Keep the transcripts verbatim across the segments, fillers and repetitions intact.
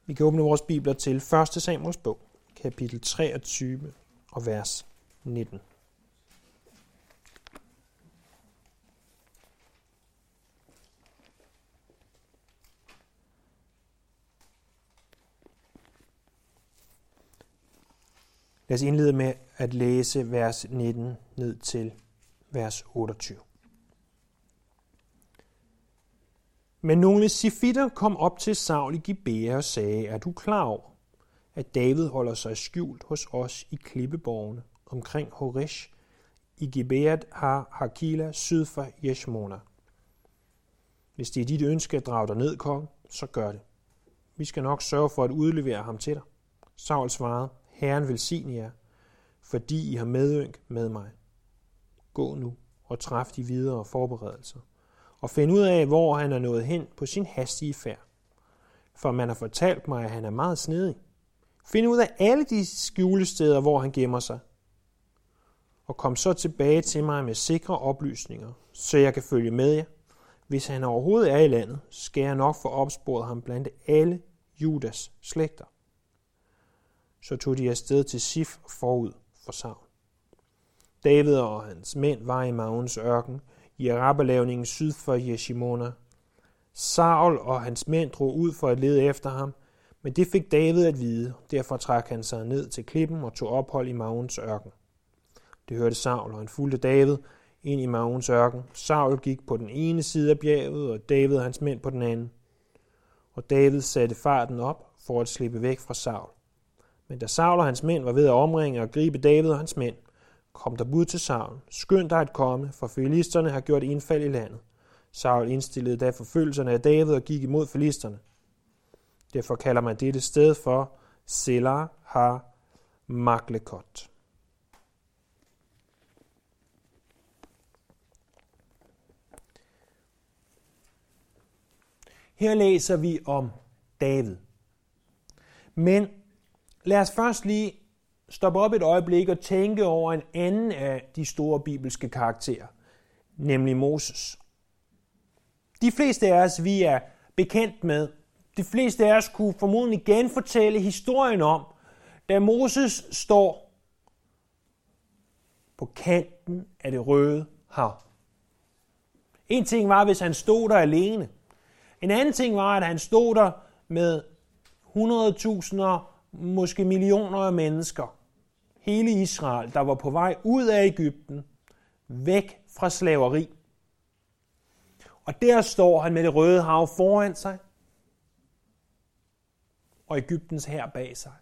Vi kan åbne vores bibler til første Samuels bog, kapitel treogtyve og vers nitten. Lad os indlede med at læse vers nitten ned til vers otteogtyve. Men nogle sifitter kom op til Saul i Gibea og sagde, er du klar over, at David holder sig skjult hos os i klippeborgene omkring Horesh i Gibeat har Hakila syd for Jeshmona. Hvis det er dit ønske at drage dig ned, konge, så gør det. Vi skal nok sørge for at udlevere ham til dig. Saul svarede, Herren velsigne jer, fordi I har medynk med mig. Gå nu og træf de videre forberedelser, og find ud af, hvor han er nået hen på sin hastige færd. For man har fortalt mig, at han er meget snedig. Find ud af alle de skjulesteder, hvor han gemmer sig, og kom så tilbage til mig med sikre oplysninger, så jeg kan følge med jer. Hvis han overhovedet er i landet, skal jeg nok få opsporet ham blandt alle Judas slægter. Så tog de afsted til Sif forud for Saul. David og hans mænd var i Mauns ørken, i Araba-lavningen syd for Jeshimona. Saul og hans mænd drog ud for at lede efter ham, men det fik David at vide. Derfor trak han sig ned til klippen og tog ophold i Mauns ørken. Det hørte Saul, og han fulgte David ind i Mauns ørken. Saul gik på den ene side af bjerget, og David og hans mænd på den anden. Og David satte farten op for at slippe væk fra Saul. Men da Saul og hans mænd var ved at omringe og gribe David og hans mænd, kom der bud til Saul. Skynd dig at komme, for filisterne har gjort indfald i landet. Saul indstillede da forfølgelserne af David og gik imod filisterne. Derfor kalder man dette sted for Selah har Maglekot. Her læser vi om David. Men lad os først lige stoppe op et øjeblik og tænke over en anden af de store bibelske karakterer, nemlig Moses. De fleste af os, vi er bekendt med, de fleste af os kunne formodentlig genfortælle historien om, da Moses står på kanten af det røde hav. En ting var, hvis han stod der alene. En anden ting var, at han stod der med hundredtusinder, måske millioner af mennesker. Hele Israel, der var på vej ud af Egypten, væk fra slaveri. Og der står han med det røde hav foran sig, og Egyptens hær bag sig.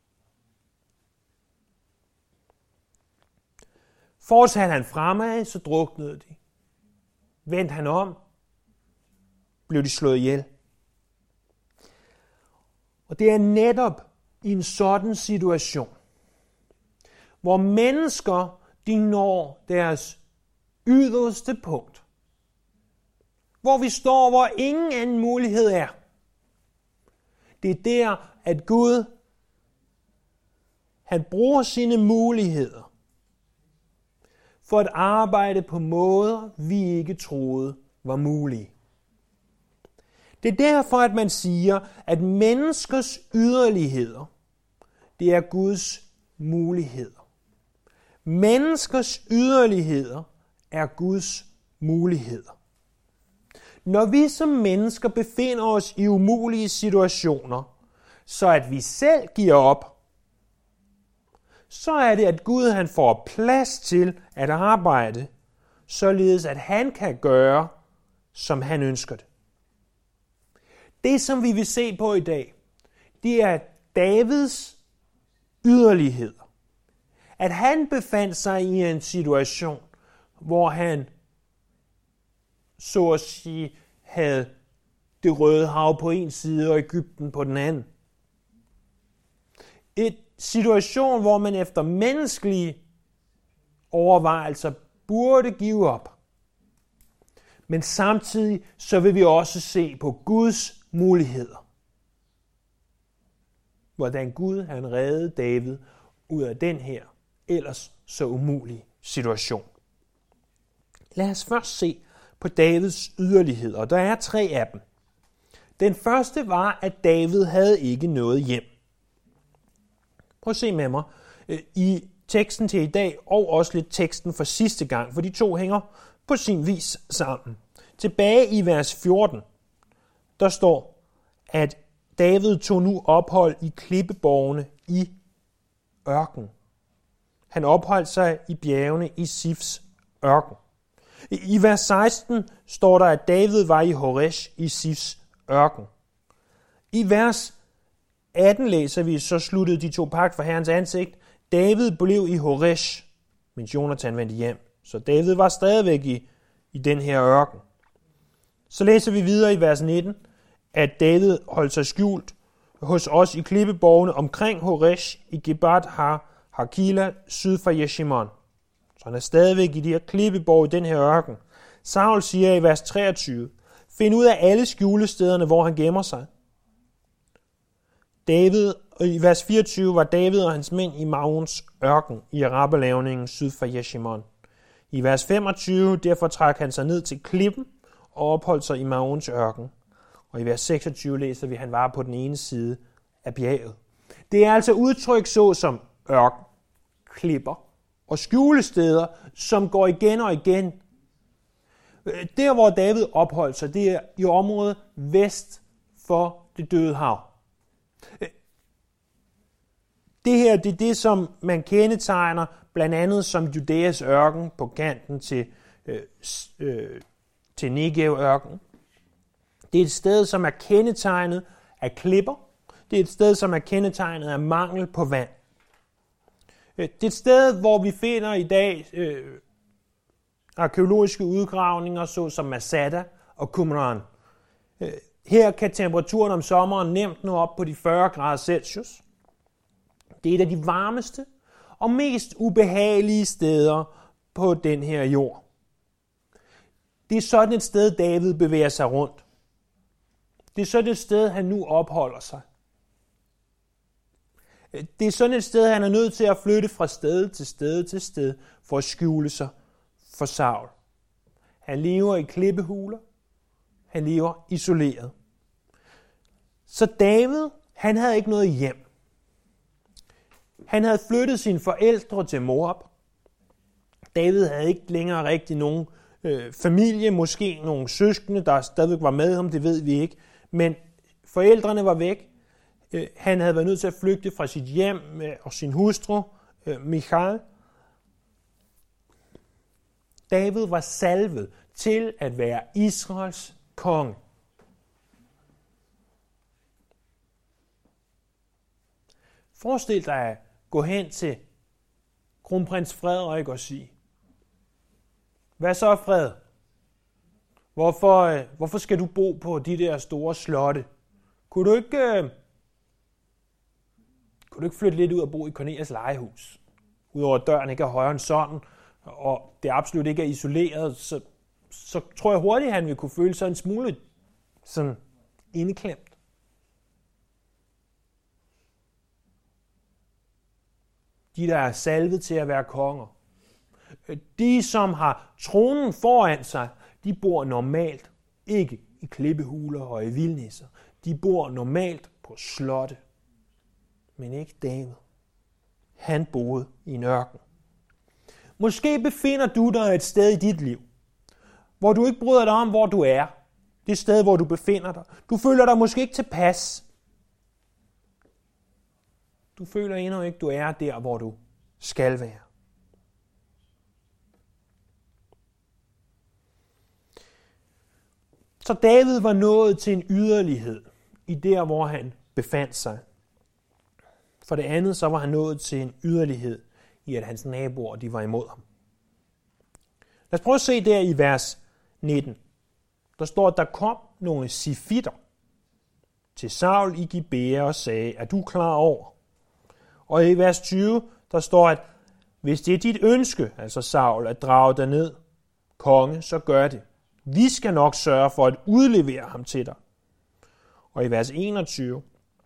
Fortsatte han fremad, så druknede de. Vendte han om, blev de slået ihjel. Og det er netop i en sådan situation, hvor mennesker de når deres yderste punkt. Hvor vi står, hvor ingen anden mulighed er. Det er der, at Gud, han bruger sine muligheder for at arbejde på måder, vi ikke troede var mulige. Det er derfor, at man siger, at menneskers yderligheder, det er Guds muligheder. Menneskers yderligheder er Guds muligheder. Når vi som mennesker befinder os i umulige situationer, så at vi selv giver op, så er det, at Gud han får plads til at arbejde, således at han kan gøre, som han ønsker det. Det, som vi vil se på i dag, det er Davids yderligheder. At han befandt sig i en situation, hvor han så at sige havde det røde hav på en side og Egypten på den anden. Et situation, hvor man efter menneskelige overvejelser burde give op. Men samtidig så vil vi også se på Guds muligheder. Hvordan Gud han reddede David ud af den her ellers så umulige situation. Lad os først se på Davids yderligheder. Der er tre af dem. Den første var, at David havde ikke noget hjem. Prøv at se med mig i teksten til i dag, og også lidt teksten for sidste gang, for de to hænger på sin vis sammen. Tilbage i vers fjorten, der står, at David tog nu ophold i klippeborgene i ørken. Han opholdt sig i bjergene i Sifs ørken. I vers seksten står der, at David var i Horesh i Sifs ørken. I vers atten læser vi, så sluttede de to pagt for Herrens ansigt. David blev i Horesh, mens Jonathan vendte hjem. Så David var stadigvæk i, i den her ørken. Så læser vi videre i vers nitten, at David holdt sig skjult hos os i klippeborgene omkring Horesh i Gebat har Hakila syd for Jeshimon. Så han er stadigvæk i de her klippeborg i den her ørken. Saul siger i vers treogtyve, find ud af alle skjulestederne, hvor han gemmer sig. David, og i vers fireogtyve var David og hans mænd i Maons ørken i Arabalavningen syd for Jeshimon. I vers femogtyve, derfor trak han sig ned til klippen og opholdt sig i Maons ørken. Og i vers seksogtyve læser vi, at han var på den ene side af bjerget. Det er altså udtryk så som ørken, klipper og skjulesteder, som går igen og igen. Der, hvor David opholdt sig, det er i området vest for det Døde Hav. Det her, det er det, som man kendetegner blandt andet som Judæas ørken på kanten til, øh, øh, til Negev-ørken. Det er et sted, som er kendetegnet af klipper. Det er et sted, som er kendetegnet af mangel på vand. Det er et sted, hvor vi finder i dag øh, arkæologiske udgravninger, såsom Masada og Qumran. Øh, her kan temperaturen om sommeren nemt nå op på de fyrre grader Celsius. Det er et af de varmeste og mest ubehagelige steder på den her jord. Det er sådan et sted, David bevæger sig rundt. Det er sådan et sted, han nu opholder sig. Det er sådan et sted, han er nødt til at flytte fra sted til sted til sted for at skjule sig for Saul. Han lever i klippehuler. Han lever isoleret. Så David, han havde ikke noget hjem. Han havde flyttet sine forældre til Moab. David havde ikke længere rigtig nogen øh, familie, måske nogle søskende, der stadigvæk var med ham, det ved vi ikke. Men forældrene var væk. Øh, han havde været nødt til at flygte fra sit hjem øh, og sin hustru, øh, Michal. David var salvet til at være Israels konge. Forestil dig at gå hen til kronprins Frederik og sige, hvad så, Fred? Hvorfor, hvorfor skal du bo på de der store slotte? Kunne du ikke, øh, kunne du ikke flytte lidt ud og bo i Cornelius legehus? Udover at døren ikke er højere end sådan, og det absolut ikke er isoleret, så, så tror jeg hurtigt, at han vil kunne føle sig en smule sådan indeklemt. De, der er salvet til at være konger. De, som har tronen foran sig, de bor normalt ikke i klippehuler og i vildnisser. De bor normalt på slotte. Men ikke David. Han boede i en ørken. Måske befinder du dig et sted i dit liv, hvor du ikke bryder dig om, hvor du er. Det sted, hvor du befinder dig. Du føler dig måske ikke tilpas. Du føler endnu ikke, du er der, hvor du skal være. Så David var nået til en yderlighed i der, hvor han befandt sig. For det andet, så var han nået til en yderlighed i, at hans naboer, de var imod ham. Lad os prøve at se der i vers nitten. Der står, at der kom nogle sifitter til Saul i Gibea og sagde, er du klar over? Og i vers tyve, der står, at hvis det er dit ønske, altså Saul, at drage dig ned, konge, så gør det. Vi skal nok sørge for at udlevere ham til dig. Og i vers enogtyve,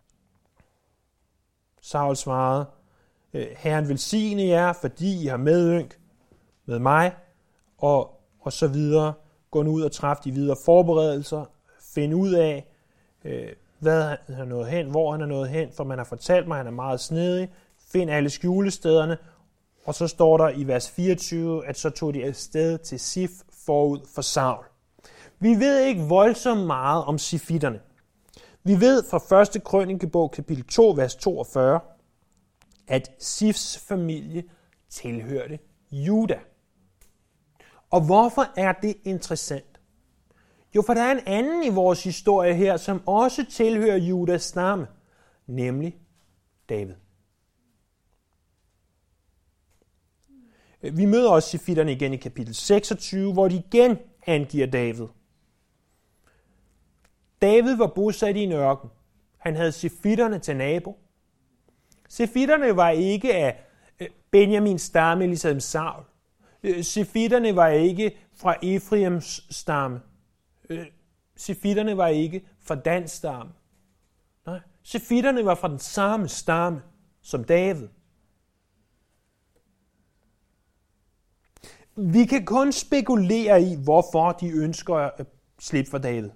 Saul svarede, Herren velsigne jer, fordi I har medynk med mig, og, og så videre. Gå nu ud og træffe de videre forberedelser. Find ud af, øh, hvad han er nået hen, hvor han er nået hen, for man har fortalt mig, at han er meget snedig. Find alle skjulestederne. Og så står der i vers fireogtyve, at så tog de afsted til Sif forud for Saul. Vi ved ikke voldsomt meget om sifitterne. Vi ved fra første krønikebog, kapitel to, vers toogfyrre, at Sifs familie tilhørte Juda. Og hvorfor er det interessant? Jo, for der er en anden i vores historie her, som også tilhører Judas stamme, nemlig David. Vi møder også sifitterne igen i kapitel seksogtyve, hvor de igen angiver David. David var bosat i en ørken. Han havde sifitterne til nabo. Sifitterne var ikke af Benjamins stamme, ligesom Saul. Sifitterne var ikke fra Efraims stamme. Sifitterne var ikke fra Dans stamme. Nej, sifitterne var fra den samme stamme som David. Vi kan kun spekulere i, hvorfor de ønsker at slippe for David.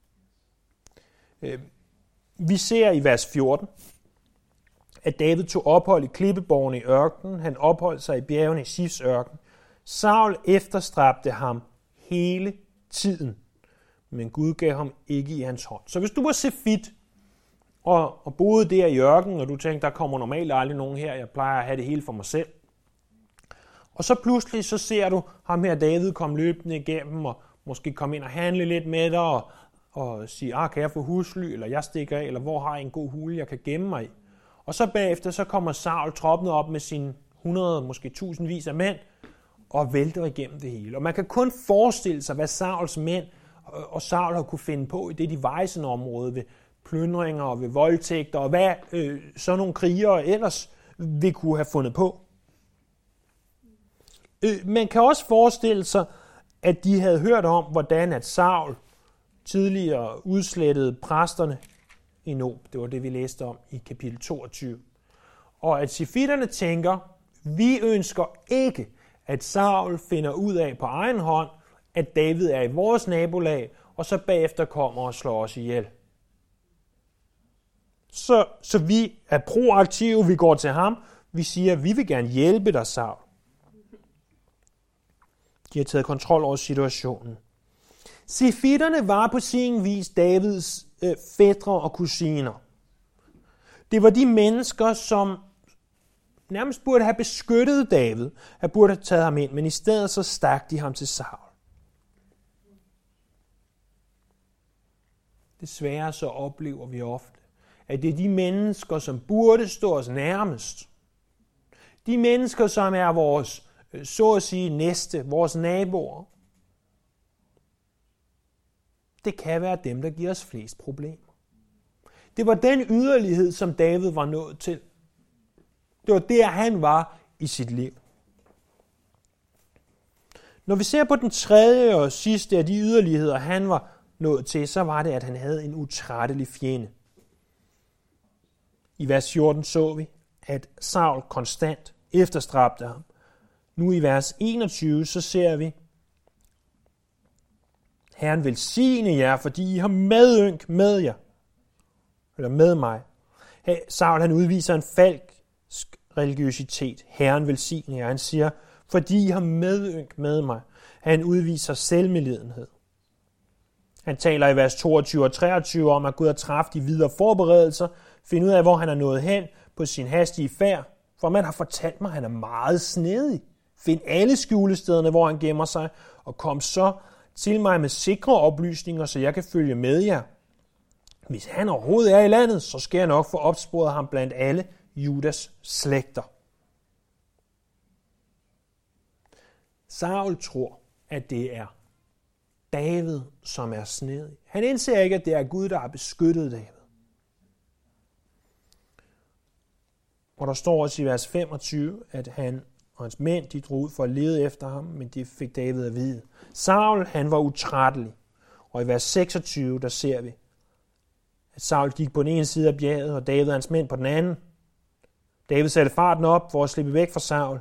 Vi ser i vers fjorten, at David tog ophold i klippeborgene i ørkenen. Han opholdt sig i bjergene i Sifs ørken. Saul efterstræbte ham hele tiden, men Gud gav ham ikke i hans hånd. Så hvis du var sefit og, og boede der i ørkenen, og du tænkte, der kommer normalt aldrig nogen her, jeg plejer at have det hele for mig selv. Og så pludselig så ser du ham her David komme løbende igennem, og måske komme ind og handle lidt med dig, og, og sige, ah, kan jeg få husly, eller jeg stikker af, eller hvor har jeg en god hule, jeg kan gemme mig i. Og så bagefter så kommer Saul troppende op med sine hundrede, måske tusindvis af mænd, og vælter igennem det hele. Og man kan kun forestille sig, hvad Sauls mænd og Saul har kunne finde på i det de vejsende område, ved plyndringer og ved voldtægter, og hvad øh, sådan nogle krigere ellers vil kunne have fundet på. Øh, man kan også forestille sig, at de havde hørt om, hvordan at Saul tidligere udslettede præsterne i Nob. Det var det, vi læste om i kapitel toogtyve. Og at sifitterne tænker, vi ønsker ikke, at Saul finder ud af på egen hånd, at David er i vores nabolag, og så bagefter kommer og slår os ihjel. Så, så vi er proaktive, vi går til ham, vi siger, vi vil gerne hjælpe dig, Saul. De har taget kontrol over situationen. Sifitterne var på sin vis Davids øh, fætre og kusiner. Det var de mennesker, som nærmest burde have beskyttet David, have burde have taget ham ind, men i stedet så stak de ham til Saul. Desværre så oplever vi ofte, at det er de mennesker, som burde stå os nærmest. De mennesker, som er vores, så at sige, næste, vores naboer. Det kan være dem, der giver os flest problemer. Det var den yderlighed, som David var nået til. Det var der, han var i sit liv. Når vi ser på den tredje og sidste af de yderligheder, han var nået til, så var det, at han havde en utrættelig fjende. I vers fjorten så vi, at Saul konstant efterstræbte ham. Nu i vers enogtyve, så ser vi, Herren velsigne jer, fordi I har medynk med jer. Eller med mig. Hey, Saul han udviser en falsk religiøsitet. Herren velsigne jer. Han siger, fordi I har medynk med mig. Han udviser selvmedlidenhed. Han taler i vers toogtyve og treogtyve om, at Gud har træffet de videre forberedelser, finde ud af, hvor han er nået hen på sin hastige færd. For man har fortalt mig, at han er meget snedig. Find alle skjulestederne, hvor han gemmer sig, og kom så til mig med sikre oplysninger, så jeg kan følge med jer. Hvis han overhovedet er i landet, så skal jeg nok få opsporet ham blandt alle Judas slægter. Saul tror, at det er David, som er snedig. Han indser ikke, at det er Gud, der har beskyttet David. Og der står også i vers femogtyve, at han og hans mænd, de drog ud for at lede efter ham, men de fik David at vide. Saul, han var utrættelig. Og i vers seksogtyve, der ser vi, at Saul gik på den ene side af bjerget, og David og hans mænd på den anden. David satte farten op for at slippe væk fra Saul.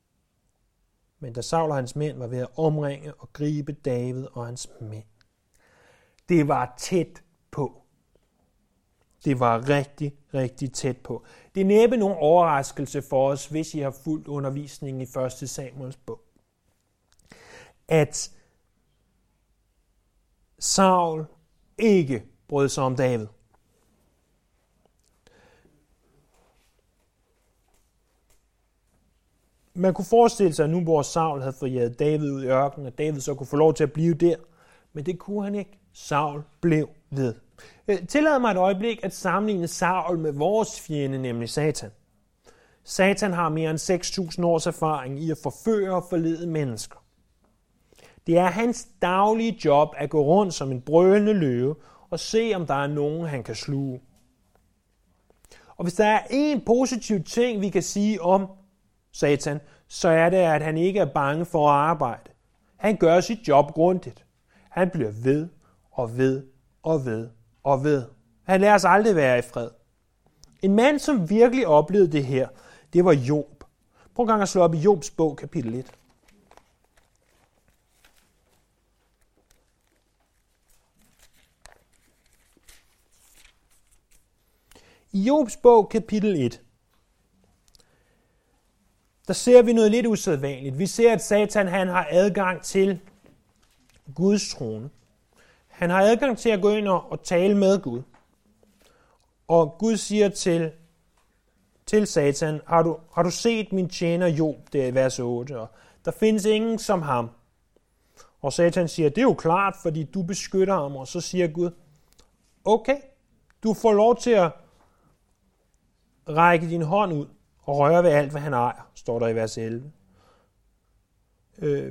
Men da Saul og hans mænd var ved at omringe og gribe David og hans mænd, Det var tæt på. Det var rigtig, rigtig tæt på. Det er næppe nogen overraskelse for os, hvis I har fulgt undervisningen i første Samuels bog, at Saul ikke brød sig om David. Man kunne forestille sig, at nu hvor Saul havde fået jaget David ud i ørkenen, at David så kunne få lov til at blive der. Men det kunne han ikke. Saul blev ved. Tillad mig et øjeblik at sammenligne Saul med vores fjende, nemlig Satan. Satan har mere end seks tusind års erfaring i at forføre og forlede mennesker. Det er hans daglige job at gå rundt som en brølende løve og se, om der er nogen, han kan sluge. Og hvis der er en positiv ting, vi kan sige om Satan, så er det, at han ikke er bange for at arbejde. Han gør sit job grundigt. Han bliver ved og ved og ved og ved. Han lader os aldrig være i fred. En mand, som virkelig oplevede det her, det var Job. Prøv en gang at slå op i Jobs bog, kapitel et. I Jobs bog, kapitel et, der ser vi noget lidt usædvanligt. Vi ser, at Satan han har adgang til Guds trone. Han har adgang til at gå ind og, og tale med Gud. Og Gud siger til, til Satan, har du, har du set min tjener Job, det er i vers otte, og der findes ingen som ham. Og Satan siger, det er jo klart, fordi du beskytter ham, og så siger Gud, okay, du får lov til at række din hånd ud og røre ved alt, hvad han ejer, står der i vers elleve. Øh,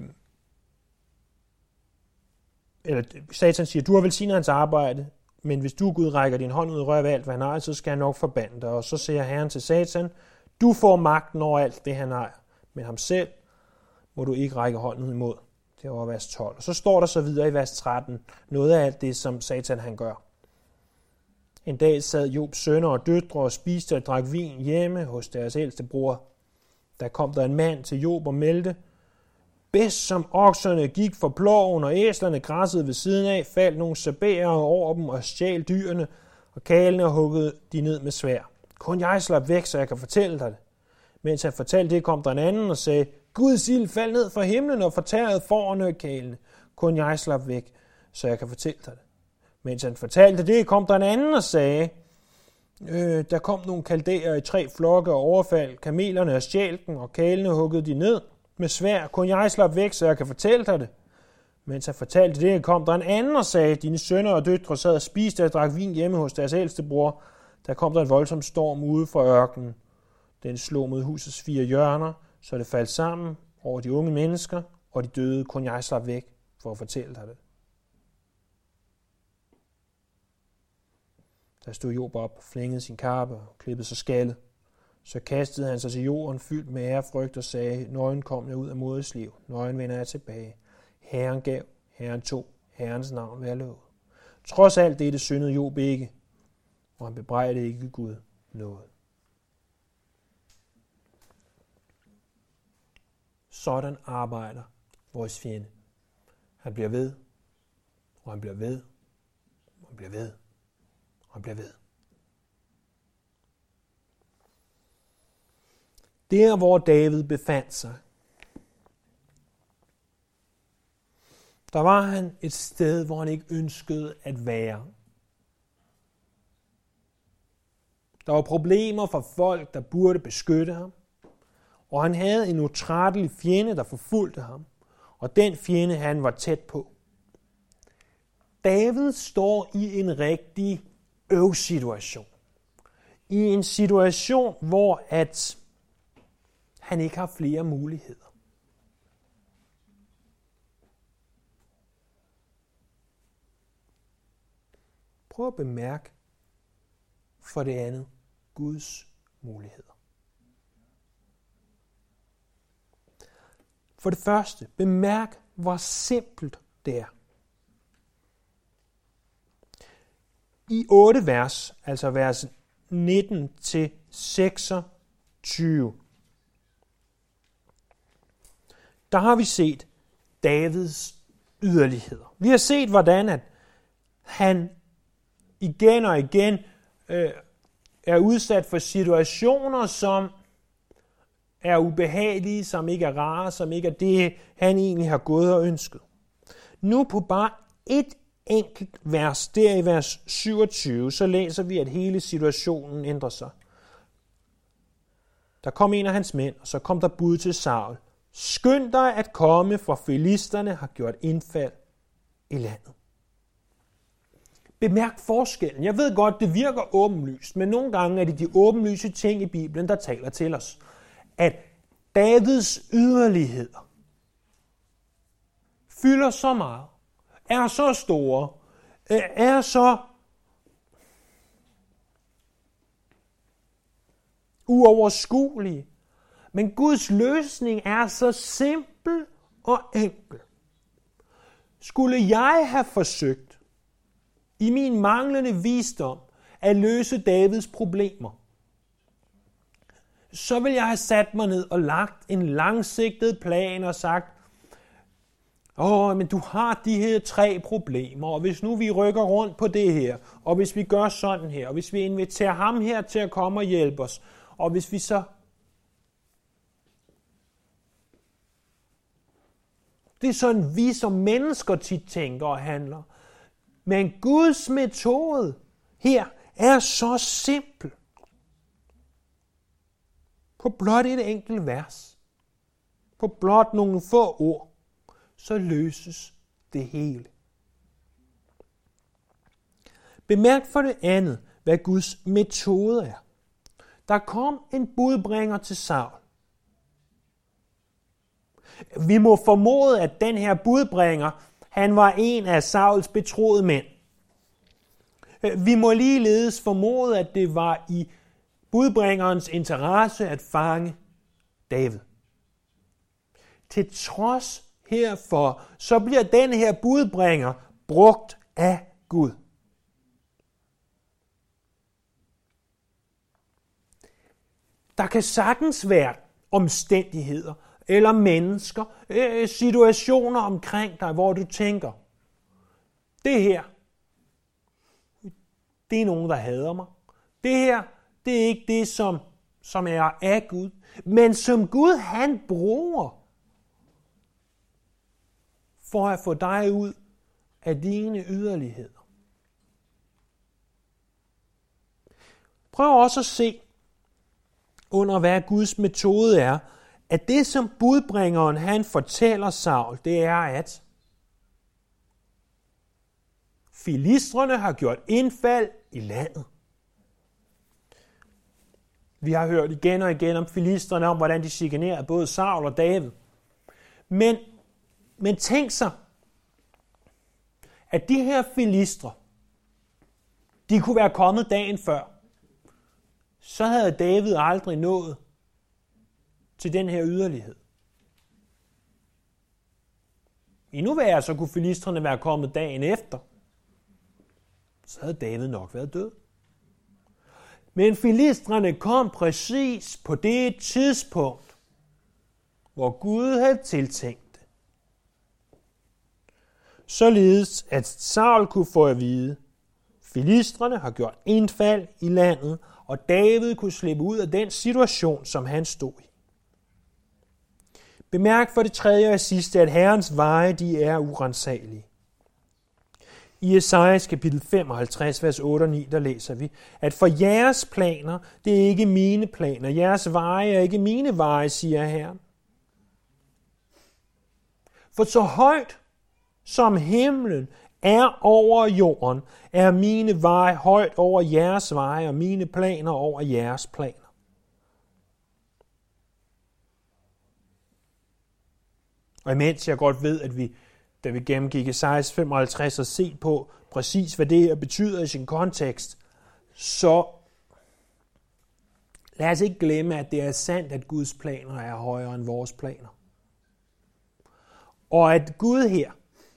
eller Satan siger, du har velsignet hans arbejde, men hvis du, Gud, rækker din hånd ud og rører ved alt, hvad han ejer, så skal han nok forbande dig. Og så siger Herren til Satan, du får magten over alt det, han ejer, men ham selv må du ikke række hånden ud imod. Det var vers tolv. Og så står der så videre i vers tretten, noget af alt det, som Satan han gør. En dag sad Jobs sønner og døtre og spiste og drak vin hjemme hos deres ældste bror. Der kom der en mand til Job og meldte, bedst som okserne gik for ploven, og æslerne græssede ved siden af, faldt nogle sabærer over dem og stjal dyrene, og kalene huggede de ned med sværd. Kun jeg slap væk, så jeg kan fortælle dig det. Mens han fortalte det, kom der en anden og sagde, Guds ild faldt ned fra himlen og fortærede fårene og kalene. Kun jeg slap væk, så jeg kan fortælle dig det. Mens han fortalte det, kom der en anden og sagde, øh, der kom nogle kaldæer i tre flokke og overfald kamelerne og stjal dem, og kalene huggede de ned med sværd. Kun jeg slap væk, så jeg kan fortælle dig det. Mens han fortalte det, kom der en anden og sagde, dine sønner og døtre sad og spiste og drak vin hjemme hos deres ældste bror. Der kom der en voldsom storm ude fra ørkenen. Den slog mod husets fire hjørner, så det faldt sammen over de unge mennesker, og de døde. Kun jeg slap væk for at fortælle dig det. Der stod Job op, flængede sin kappe og klippede sig skaldet. Så kastede han sig til jorden, fyldt med ærefrygt og sagde, nøgen kom jeg ud af moders liv, nøgen vender jeg tilbage. Herren gav, Herren tog, Herrens navn være lovet. Trods alt dette syndede Job ikke, og han bebrejdede ikke Gud noget. Sådan arbejder vores fjende. Han bliver ved, og han bliver ved, og han bliver ved, og han bliver ved. Der, hvor David befandt sig, der var han et sted, hvor han ikke ønskede at være. Der var problemer for folk, der burde beskytte ham, og han havde en utrættelig fjende, der forfulgte ham, og den fjende, han var tæt på. David står i en rigtig øv-situation. I en situation, hvor at han ikke har flere muligheder. Prøv at bemærke for det andet Guds muligheder. For det første, bemærk hvor simpelt det er. I otte vers, altså vers nitten til seksogtyve, der har vi set Davids yderligheder. Vi har set, hvordan at han igen og igen øh, er udsat for situationer, som er ubehagelige, som ikke er rare, som ikke er det, han egentlig har gået og ønsket. Nu på bare et enkelt vers, der i vers syvogtyve, så læser vi, at hele situationen ændrer sig. Der kom en af hans mænd, og så kom der bud til Saul. Skynd dig at komme, for filisterne har gjort indfald i landet. Bemærk forskellen. Jeg ved godt, det virker åbenlyst, men nogle gange er det de åbenlyse ting i Bibelen, der taler til os. At Davids yderligheder fylder så meget, er så store, er så uoverskuelige. Men Guds løsning er så simpel og enkel. Skulle jeg have forsøgt i min manglende visdom at løse Davids problemer, så vil jeg have sat mig ned og lagt en langsigtet plan og sagt, åh, men du har de her tre problemer, og hvis nu vi rykker rundt på det her, og hvis vi gør sådan her, og hvis vi inviterer ham her til at komme og hjælpe os, og hvis vi så... Det er sådan, vi som mennesker tit tænker og handler. Men Guds metode her er så simpel. På blot et enkelt vers, på blot nogle få ord, så løses det hele. Bemærk for det andet, hvad Guds metode er. Der kom en budbringer til Saul. Vi må formode, at den her budbringer, han var en af Sauls betroede mænd. Vi må ligeledes formode, at det var i budbringerens interesse at fange David. Til trods herfor, så bliver den her budbringer brugt af Gud. Der kan sagtens være omstændigheder eller mennesker, øh, situationer omkring dig, hvor du tænker, det her, det er nogen, der hader mig. Det her, det er ikke det, som, som er af Gud, men som Gud han bruger for at få dig ud af dine yderligheder. Prøv også at se under, hvad Guds metode er, at det, som budbringeren han fortæller Saul, det er, at filistrene har gjort indfald i landet. Vi har hørt igen og igen om filistrene, om hvordan de chikanerede både Saul og David. Men, men tænk sig, at de her filistre, de kunne være kommet dagen før. Så havde David aldrig nået til den her yderlighed. Endnu værre, så kunne filistrene være kommet dagen efter. Så havde David nok været død. Men filistrene kom præcis på det tidspunkt, hvor Gud havde tiltænkt det. Således at Saul kunne få at vide, filistrene har gjort indfald i landet, og David kunne slippe ud af den situation, som han stod i. Bemærk for det tredje og sidste, at Herrens veje, de er uransagelige. I Esajas kapitel femoghalvtreds, vers otte og ni, der læser vi, at for jeres planer, det er ikke mine planer. Jeres veje er ikke mine veje, siger Herren. For så højt som himlen er over jorden, er mine veje højt over jeres veje, og mine planer over jeres planer. Og imens jeg godt ved, at vi, da vi gennemgik Esajas femoghalvtreds og set på præcis, hvad det her betyder i sin kontekst, så lad os ikke glemme, at det er sandt, at Guds planer er højere end vores planer. Og at Gud her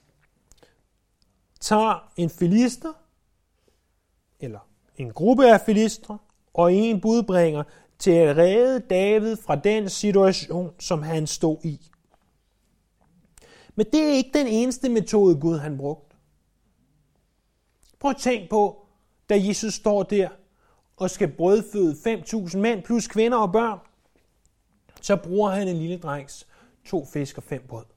tager en filister, eller en gruppe af filistre, og en budbringer til at redde David fra den situation, som han stod i. Men det er ikke den eneste metode, Gud han brugte. Prøv at tænk på, da Jesus står der og skal brødføde fem tusind mænd plus kvinder og børn, så bruger han en lille drengs to fisk og fem brød.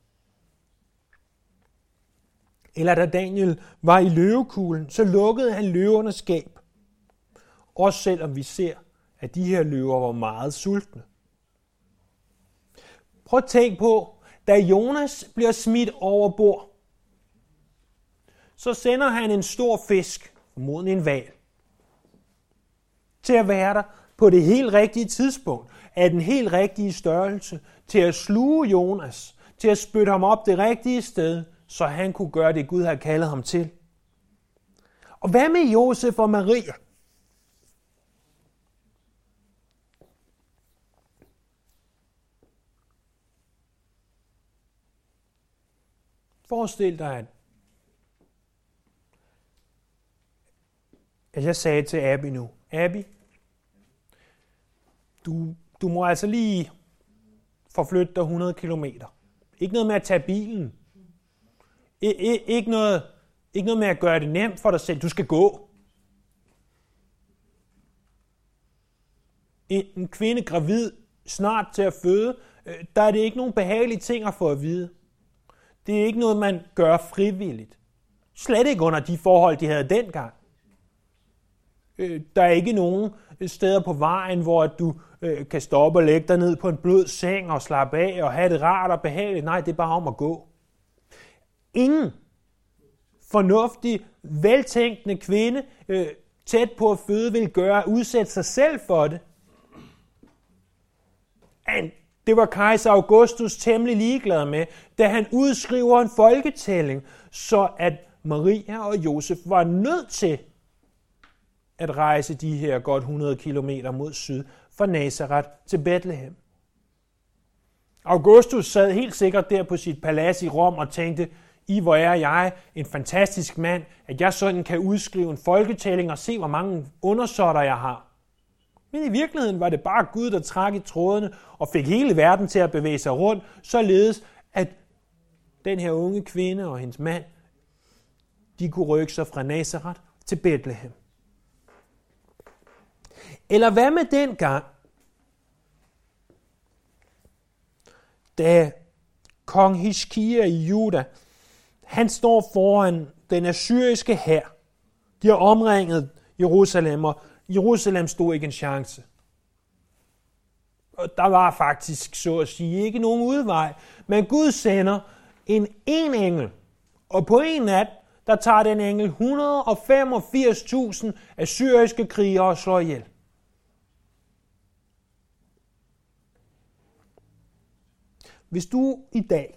Eller da Daniel var i løvekuglen, så lukkede han løvernes skab. Også selvom vi ser, at de her løver var meget sultne. Prøv at tænk på, da Jonas bliver smidt over bord, så sender han en stor fisk, formodentlig en hval, til at være der på det helt rigtige tidspunkt, af den helt rigtige størrelse, til at sluge Jonas, til at spytte ham op det rigtige sted, så han kunne gøre det, Gud havde kaldet ham til. Og hvad med Josef og Maria? Forestil dig, at at jeg sagde til Abby nu, Abby, du, du må altså lige forflytte dig hundrede kilometer. Ikke noget med at tage bilen. I, I, ikke, noget, ikke noget med at gøre det nemt for dig selv. Du skal gå. En, en kvinde gravid, snart til at føde, der er det ikke nogen behagelige ting at få at vide. Det er ikke noget, man gør frivilligt. Slet ikke under de forhold, de havde dengang. Der er ikke nogen steder på vejen, hvor du kan stoppe og lægge dig ned på en blød seng og slappe af og have det rart og behageligt. Nej, det er bare om at gå. Ingen fornuftig, veltænkende kvinde tæt på at føde vil gøre, udsætte sig selv for det. Det var kejser Augustus temmelig ligeglad med, da han udskriver en folketælling, så at Maria og Josef var nødt til at rejse de her godt hundrede kilometer mod syd fra Nazaret til Bethlehem. Augustus sad helt sikkert der på sit palads i Rom og tænkte, I hvor er jeg en fantastisk mand, at jeg sådan kan udskrive en folketælling og se, hvor mange undersåtter jeg har. Men i virkeligheden var det bare Gud, der trak i trådene og fik hele verden til at bevæge sig rundt, således at den her unge kvinde og hendes mand, de kunne rykke sig fra Nazaret til Bethlehem. Eller hvad med den gang, da kong Hiskia i Juda, han står foran den assyriske hær. De har omringet Jerusalem, og Jerusalem stod ikke en chance. Og der var faktisk, så at sige, ikke nogen udvej. Men Gud sender en en engel, og på en nat, der tager den engel et hundrede og femogfirs tusind assyriske krigere og slår ihjel. Hvis du i dag,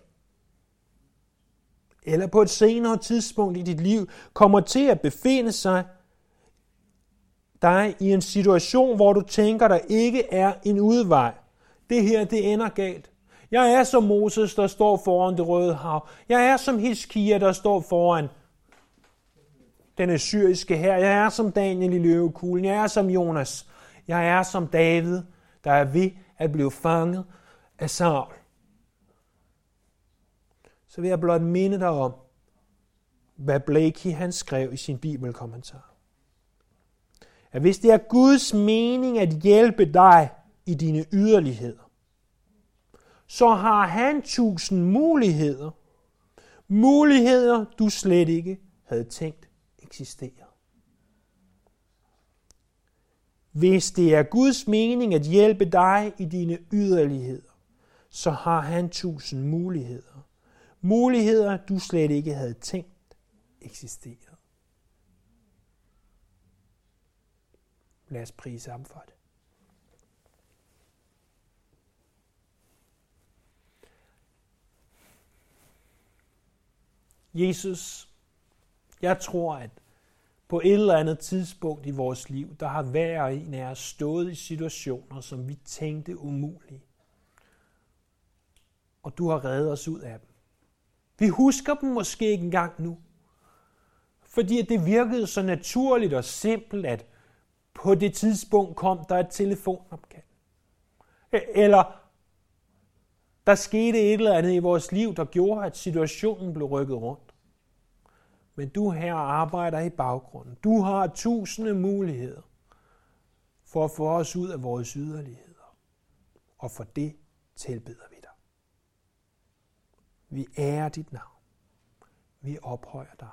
eller på et senere tidspunkt i dit liv, kommer til at befinde sig dig i en situation, hvor du tænker, der ikke er en udvej. Det her, det ender galt. Jeg er som Moses, der står foran det røde hav. Jeg er som Hiskia, der står foran den assyriske hær. Jeg er som Daniel i løvekuglen. Jeg er som Jonas. Jeg er som David, der er ved at blive fanget af Saul. Så vil jeg blot minde dig om, hvad Blakey han skrev i sin bibelkommentar. At hvis det er Guds mening at hjælpe dig i dine yderligheder, så har han tusind muligheder. Muligheder, du slet ikke havde tænkt eksisterede. Hvis det er Guds mening at hjælpe dig i dine yderligheder, så har han tusind muligheder. Muligheder, du slet ikke havde tænkt eksisterede. Lad os prise ham for det. Jesus, jeg tror, at på et eller andet tidspunkt i vores liv, der har hver en af os stået i situationer, som vi tænkte umulige. Og du har reddet os ud af dem. Vi husker dem måske ikke engang nu. Fordi det virkede så naturligt og simpelt, at på det tidspunkt kom der et telefonopkald. Eller der skete et eller andet i vores liv, der gjorde, at situationen blev rykket rundt. Men du her arbejder i baggrunden. Du har tusinde muligheder for at få os ud af vores yderligheder. Og for det tilbeder vi dig. Vi ærer dit navn. Vi ophøjer dig.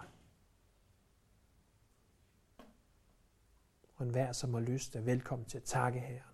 Og enhver, som har lyst, er velkommen til at takke Herren.